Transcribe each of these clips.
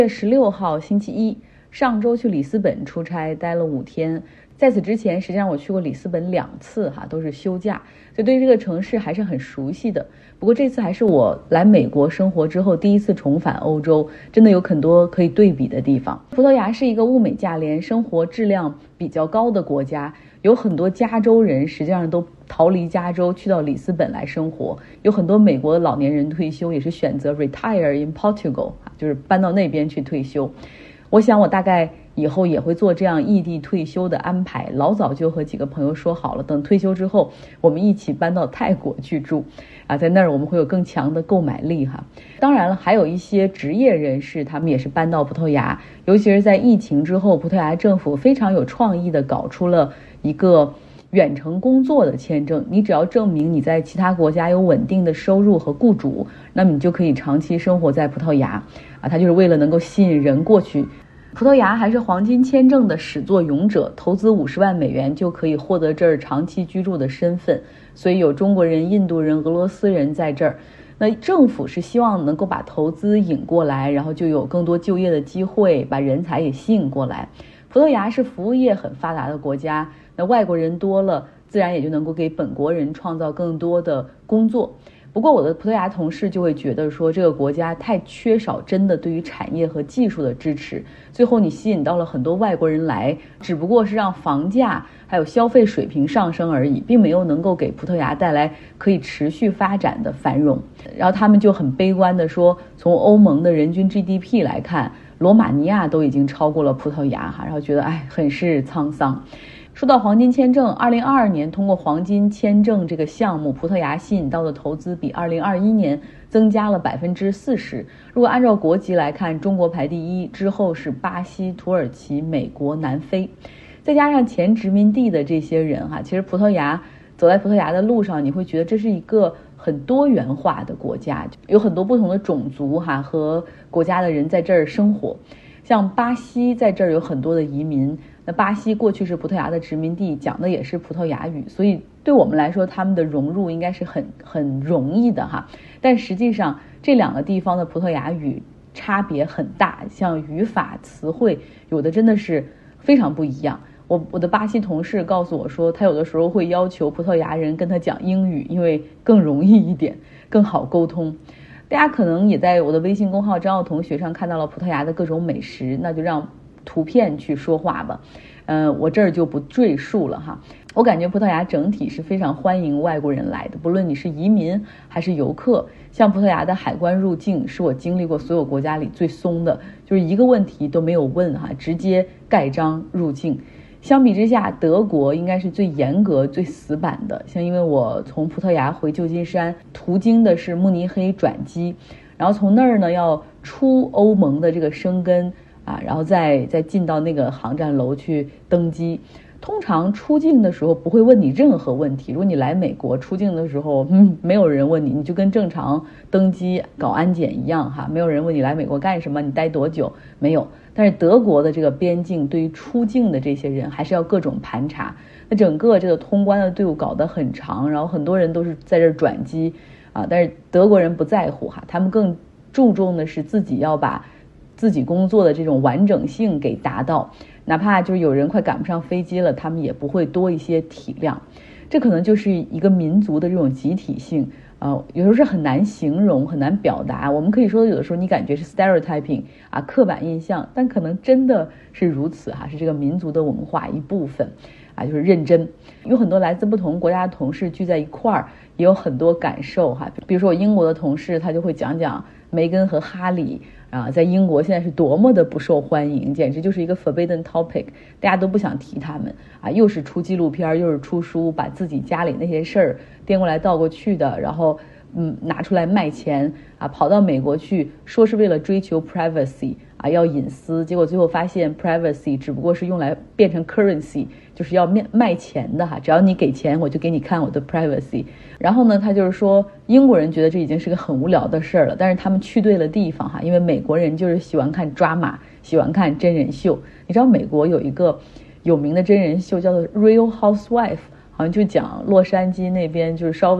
6月16号星期一，上周去里斯本出差，待了5天。在此之前，实际上我去过里斯本2次都是休假，所以对这个城市还是很熟悉的。不过这次还是我来美国生活之后第一次重返欧洲，真的有很多可以对比的地方。葡萄牙是一个物美价廉、生活质量比较高的国家，有很多加州人实际上都逃离加州去到里斯本来生活，有很多美国的老年人退休也是选择 retire in Portugal， 就是搬到那边去退休。我想我大概以后也会做这样异地退休的安排，老早就和几个朋友说好了，等退休之后我们一起搬到泰国去住在那儿我们会有更强的购买力当然了，还有一些职业人士他们也是搬到葡萄牙，尤其是在疫情之后，葡萄牙政府非常有创意的搞出了一个远程工作的签证，你只要证明你在其他国家有稳定的收入和雇主，那么你就可以长期生活在葡萄牙它就是为了能够吸引人过去。葡萄牙还是黄金签证的始作俑者，投资50万美元就可以获得这儿长期居住的身份，所以有中国人、印度人、俄罗斯人在这儿。那政府是希望能够把投资引过来，然后就有更多就业的机会，把人才也吸引过来。葡萄牙是服务业很发达的国家，那外国人多了，自然也就能够给本国人创造更多的工作。不过我的葡萄牙同事就会觉得说，这个国家太缺少真的对于产业和技术的支持，最后你吸引到了很多外国人来，只不过是让房价还有消费水平上升而已，并没有能够给葡萄牙带来可以持续发展的繁荣。然后他们就很悲观的说，从欧盟的人均 GDP 来看，罗马尼亚都已经超过了葡萄牙然后觉得很是沧桑。说到黄金签证，2022年通过黄金签证这个项目，葡萄牙吸引到的投资比2021年增加了40%。如果按照国籍来看，中国排第1，之后是巴西、土耳其、美国、南非，再加上前殖民地的这些人其实走在葡萄牙的路上，你会觉得这是一个很多元化的国家，有很多不同的种族和国家的人在这儿生活。像巴西在这儿有很多的移民，那巴西过去是葡萄牙的殖民地，讲的也是葡萄牙语，所以对我们来说他们的融入应该是很容易的但实际上这2个地方的葡萄牙语差别很大，像语法词汇有的真的是非常不一样。我的巴西同事告诉我说，他有的时候会要求葡萄牙人跟他讲英语，因为更容易一点，更好沟通。大家可能也在我的微信公号张奥同学上看到了葡萄牙的各种美食，那就让图片去说话吧。我这儿就不赘述了我感觉葡萄牙整体是非常欢迎外国人来的，不论你是移民还是游客。像葡萄牙的海关入境是我经历过所有国家里最松的，就是一个问题都没有问直接盖章入境。相比之下，德国应该是最严格最死板的。像因为我从葡萄牙回旧金山，途经的是慕尼黑转机，然后从那儿呢要出欧盟的这个申根然后再进到那个航站楼去登机。通常出境的时候不会问你任何问题，如果你来美国出境的时候没有人问你，你就跟正常登机搞安检一样没有人问你来美国干什么，你待多久，没有。但是德国的这个边境对于出境的这些人还是要各种盘查，那整个这个通关的队伍搞得很长，然后很多人都是在这儿转机但是德国人不在乎他们更注重的是自己要把自己工作的这种完整性给达到，哪怕就是有人快赶不上飞机了，他们也不会多一些体谅。这可能就是一个民族的这种集体性有时候是很难形容很难表达。我们可以说有的时候你感觉是 stereotyping 刻板印象，但可能真的是如此是这个民族的文化一部分就是认真。有很多来自不同国家的同事聚在一块儿，也有很多感受比如说我英国的同事，他就会讲讲梅根和哈里在英国现在是多么的不受欢迎，简直就是一个 forbidden topic， 大家都不想提他们又是出纪录片又是出书，把自己家里那些事儿颠过来倒过去的，然后拿出来卖钱跑到美国去说是为了追求 privacy要隐私，结果最后发现 privacy 只不过是用来变成 currency， 就是要卖钱的只要你给钱我就给你看我的 privacy。 然后呢他就是说英国人觉得这已经是个很无聊的事了，但是他们去对了地方因为美国人就是喜欢看drama，喜欢看真人秀。你知道美国有一个有名的真人秀叫做 Real Housewife，好像就讲洛杉矶那边就是稍微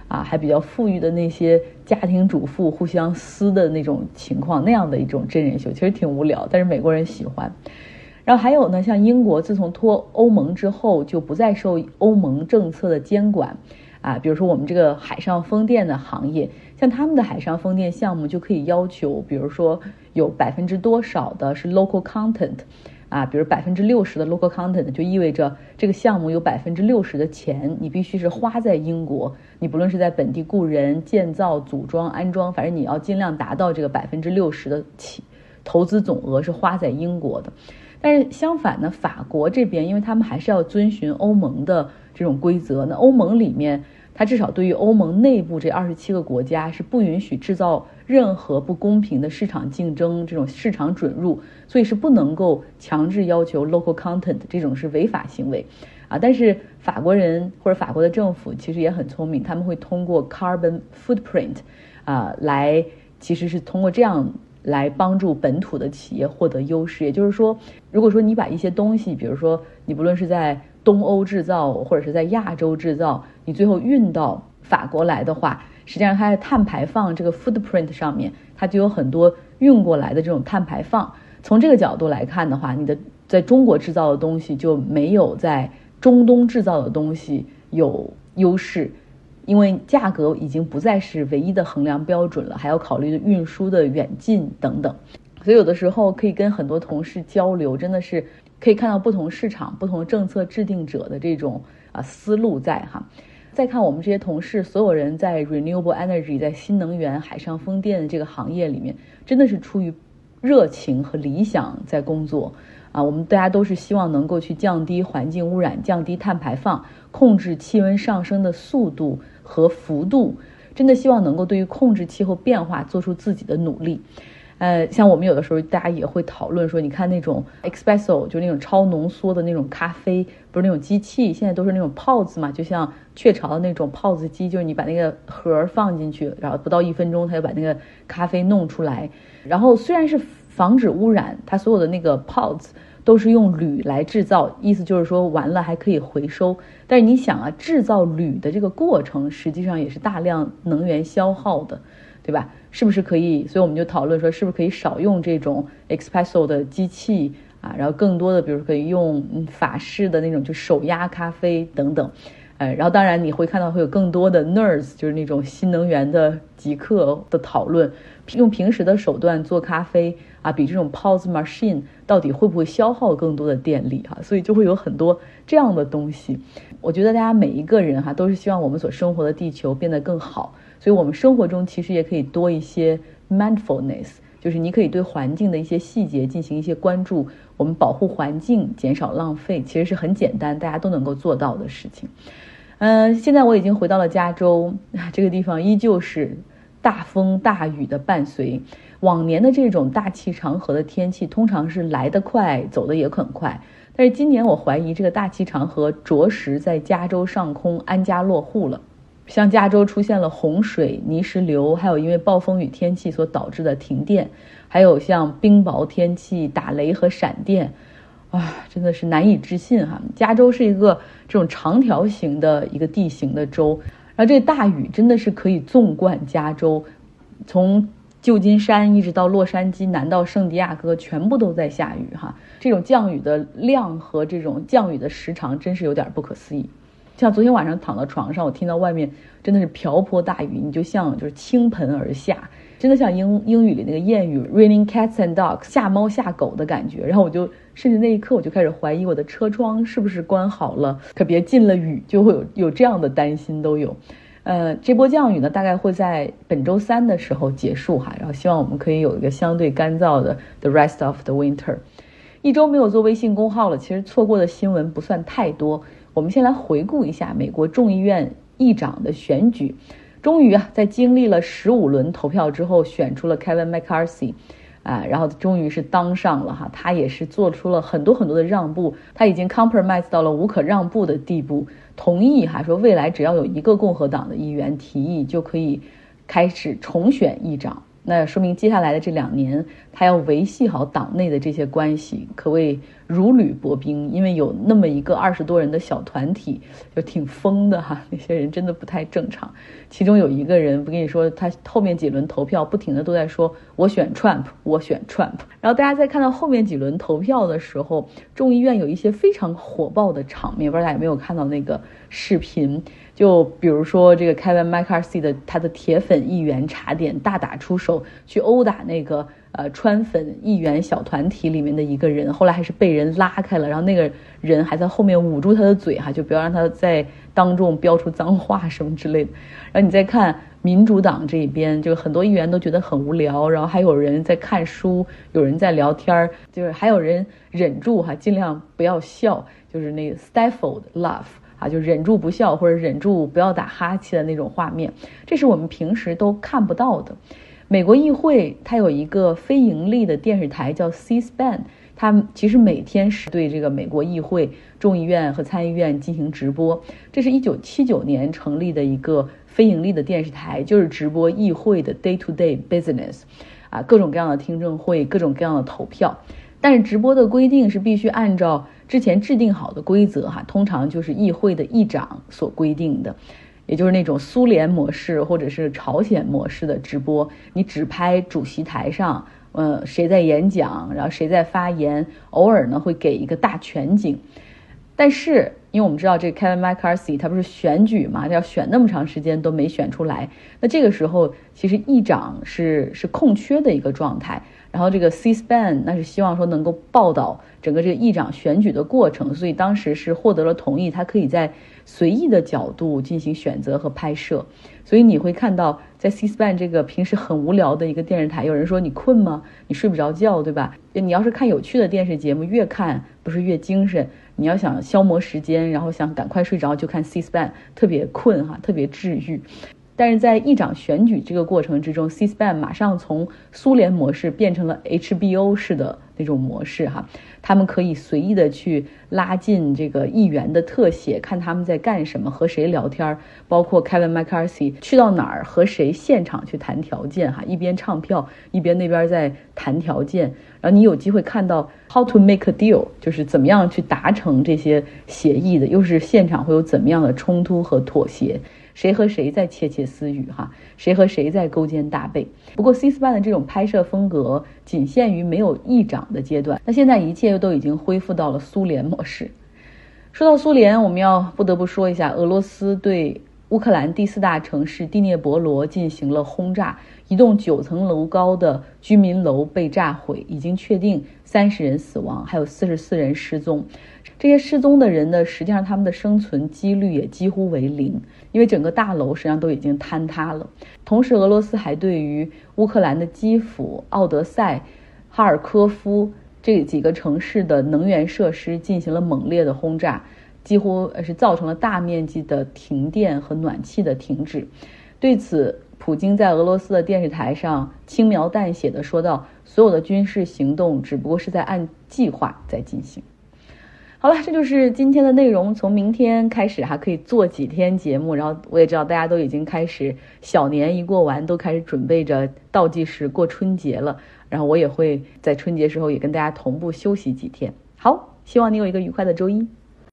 还比较富裕的那些家庭主妇互相撕的那种情况，那样的一种真人秀，其实挺无聊，但是美国人喜欢。然后还有呢，像英国自从脱欧盟之后，就不再受欧盟政策的监管比如说我们这个海上风电的行业，像他们的海上风电项目就可以要求，比如说有多少的是 local content比如60%的 local content， 就意味着这个项目有60%的钱你必须是花在英国，你不论是在本地雇人、建造、组装、安装，反正你要尽量达到这个60%的投资总额是花在英国的。但是相反呢，法国这边因为他们还是要遵循欧盟的这种规则，那欧盟里面它至少对于欧盟内部这27个国家是不允许制造任何不公平的市场竞争，这种市场准入，所以是不能够强制要求 local content， 这种是违法行为但是法国人或者法国的政府其实也很聪明，他们会通过 carbon footprint来其实是通过这样来帮助本土的企业获得优势。也就是说，如果说你把一些东西，比如说你不论是在东欧制造或者是在亚洲制造，你最后运到法国来的话，实际上它的碳排放这个 footprint 上面它就有很多运过来的这种碳排放。从这个角度来看的话，你的在中国制造的东西就没有在中东制造的东西有优势，因为价格已经不再是唯一的衡量标准了，还要考虑运输的远近等等。所以有的时候可以跟很多同事交流，真的是可以看到不同市场、不同政策制定者的这种思路在再看我们这些同事，所有人在 renewable energy， 在新能源、海上风电的这个行业里面，真的是出于热情和理想在工作我们大家都是希望能够去降低环境污染、降低碳排放、控制气温上升的速度和幅度，真的希望能够对于控制气候变化做出自己的努力。像我们有的时候大家也会讨论说，你看那种 espresso 就那种超浓缩的那种咖啡，不是那种机器，现在都是那种泡子嘛，就像雀巢的那种泡子机，就是你把那个盒放进去，然后不到1分钟它就把那个咖啡弄出来。然后虽然是防止污染，它所有的那个 pods 都是用铝来制造，意思就是说完了还可以回收。但是你想制造铝的这个过程实际上也是大量能源消耗的，对吧？是不是可以，所以我们就讨论说是不是可以少用这种 espresso 的机器然后更多的比如可以用法式的那种就手压咖啡等等。然后当然你会看到会有更多的 nerds， 就是那种新能源的极客的讨论，用平时的手段做咖啡比这种 pulse machine 到底会不会消耗更多的电力所以就会有很多这样的东西。我觉得大家每一个人都是希望我们所生活的地球变得更好，所以我们生活中其实也可以多一些 mindfulness， 就是你可以对环境的一些细节进行一些关注，我们保护环境减少浪费其实是很简单大家都能够做到的事情。现在我已经回到了加州，这个地方依旧是大风大雨的伴随。往年的这种大气长河的天气通常是来得快走得也很快，但是今年我怀疑这个大气长河着实在加州上空安家落户了。像加州出现了洪水、泥石流，还有因为暴风雨天气所导致的停电，还有像冰雹天气、打雷和闪电真的是难以置信加州是一个这种长条形的一个地形的州，然后这大雨真的是可以纵贯加州，从旧金山一直到洛杉矶，南到圣地亚哥，全部都在下雨这种降雨的量和这种降雨的时长真是有点不可思议。像昨天晚上躺到床上，我听到外面真的是瓢泼大雨，你就像就是倾盆而下，真的像英语里那个谚语 raining cats and dogs， 下猫下狗的感觉。然后我就甚至那一刻我就开始怀疑我的车窗是不是关好了，可别进了雨，就会有这样的担心都有。这波降雨呢大概会在本周3的时候结束然后希望我们可以有一个相对干燥的 the rest of the winter。 一周没有做微信公号了，其实错过的新闻不算太多。我们先来回顾一下美国众议院议长的选举。终于在经历了15轮投票之后选出了 Kevin McCarthy然后终于是当上了他也是做出了很多很多的让步，他已经 compromise 到了无可让步的地步，同意说未来只要有一个共和党的议员提议就可以开始重选议长。那说明接下来的这2年他要维系好党内的这些关系，可谓如履薄冰，因为有那么一个20多人的小团体，就挺疯的哈。那些人真的不太正常。其中有一个人，不跟你说，他后面几轮投票不停的都在说我选 Trump， 我选 Trump。然后大家在看到后面几轮投票的时候，众议院有一些非常火爆的场面，不知道大家有没有看到那个视频？就比如说这个 Kevin McCarthy 的他的铁粉议员茶点大打出手，去殴打那个川粉议员小团体里面的一个人，后来还是被人拉开了，然后那个人还在后面捂住他的嘴哈，就不要让他在当众飙出脏话什么之类的。然后你再看民主党这一边，就很多议员都觉得很无聊，然后还有人在看书，有人在聊天，就是还有人忍住哈，尽量不要笑，就是那个 stifled laugh。就忍住不笑或者忍住不要打哈欠的那种画面，这是我们平时都看不到的。美国议会它有一个非盈利的电视台叫 C-SPAN， 它其实每天是对这个美国议会、众议院和参议院进行直播。这是1979年成立的一个非盈利的电视台，就是直播议会的 day-to-day business， 各种各样的听证会，各种各样的投票。但是直播的规定是必须按照之前制定好的规则通常就是议会的议长所规定的，也就是那种苏联模式或者是朝鲜模式的直播，你只拍主席台上谁在演讲，然后谁在发言，偶尔呢会给一个大全景。但是因为我们知道这个 Kevin McCarthy 他不是选举嘛，要选那么长时间都没选出来，那这个时候其实议长是空缺的一个状态，然后这个 C-SPAN 那是希望说能够报道整个这个议长选举的过程，所以当时是获得了同意，他可以在随意的角度进行选择和拍摄。所以你会看到在 C-SPAN 这个平时很无聊的一个电视台，有人说你困吗？你睡不着觉对吧？你要是看有趣的电视节目，越看不是越精神，你要想消磨时间，然后想赶快睡着就看 C-SPAN， 特别困特别治愈。但是在议长选举这个过程之中， C-SPAN 马上从苏联模式变成了 HBO 式的那种模式他们可以随意的去拉近这个议员的特写，看他们在干什么，和谁聊天，包括 Kevin McCarthy 去到哪儿和谁现场去谈条件一边唱票一边那边在谈条件，然后你有机会看到 how to make a deal， 就是怎么样去达成这些协议的，又是现场会有怎么样的冲突和妥协，谁和谁在窃窃私语谁和谁在勾肩搭背。不过 C-SPAN 的这种拍摄风格仅限于没有议长的阶段，那现在一切又都已经恢复到了苏联模式。说到苏联，我们要不得不说一下俄罗斯对乌克兰第4大城市第聂伯罗进行了轰炸，一栋9层楼高的居民楼被炸毁，已经确定30人死亡，还有44人失踪。这些失踪的人呢，实际上他们的生存几率也几乎为0，因为整个大楼实际上都已经坍塌了。同时俄罗斯还对于乌克兰的基辅、奥德赛、哈尔科夫这几个城市的能源设施进行了猛烈的轰炸，几乎是造成了大面积的停电和暖气的停止。对此，普京在俄罗斯的电视台上轻描淡写地说道，所有的军事行动只不过是在按计划在进行。好了，这就是今天的内容。从明天开始还可以做几天节目，然后我也知道大家都已经开始小年一过完都开始准备着倒计时过春节了，然后我也会在春节时候也跟大家同步休息几天。好，希望你有一个愉快的周一。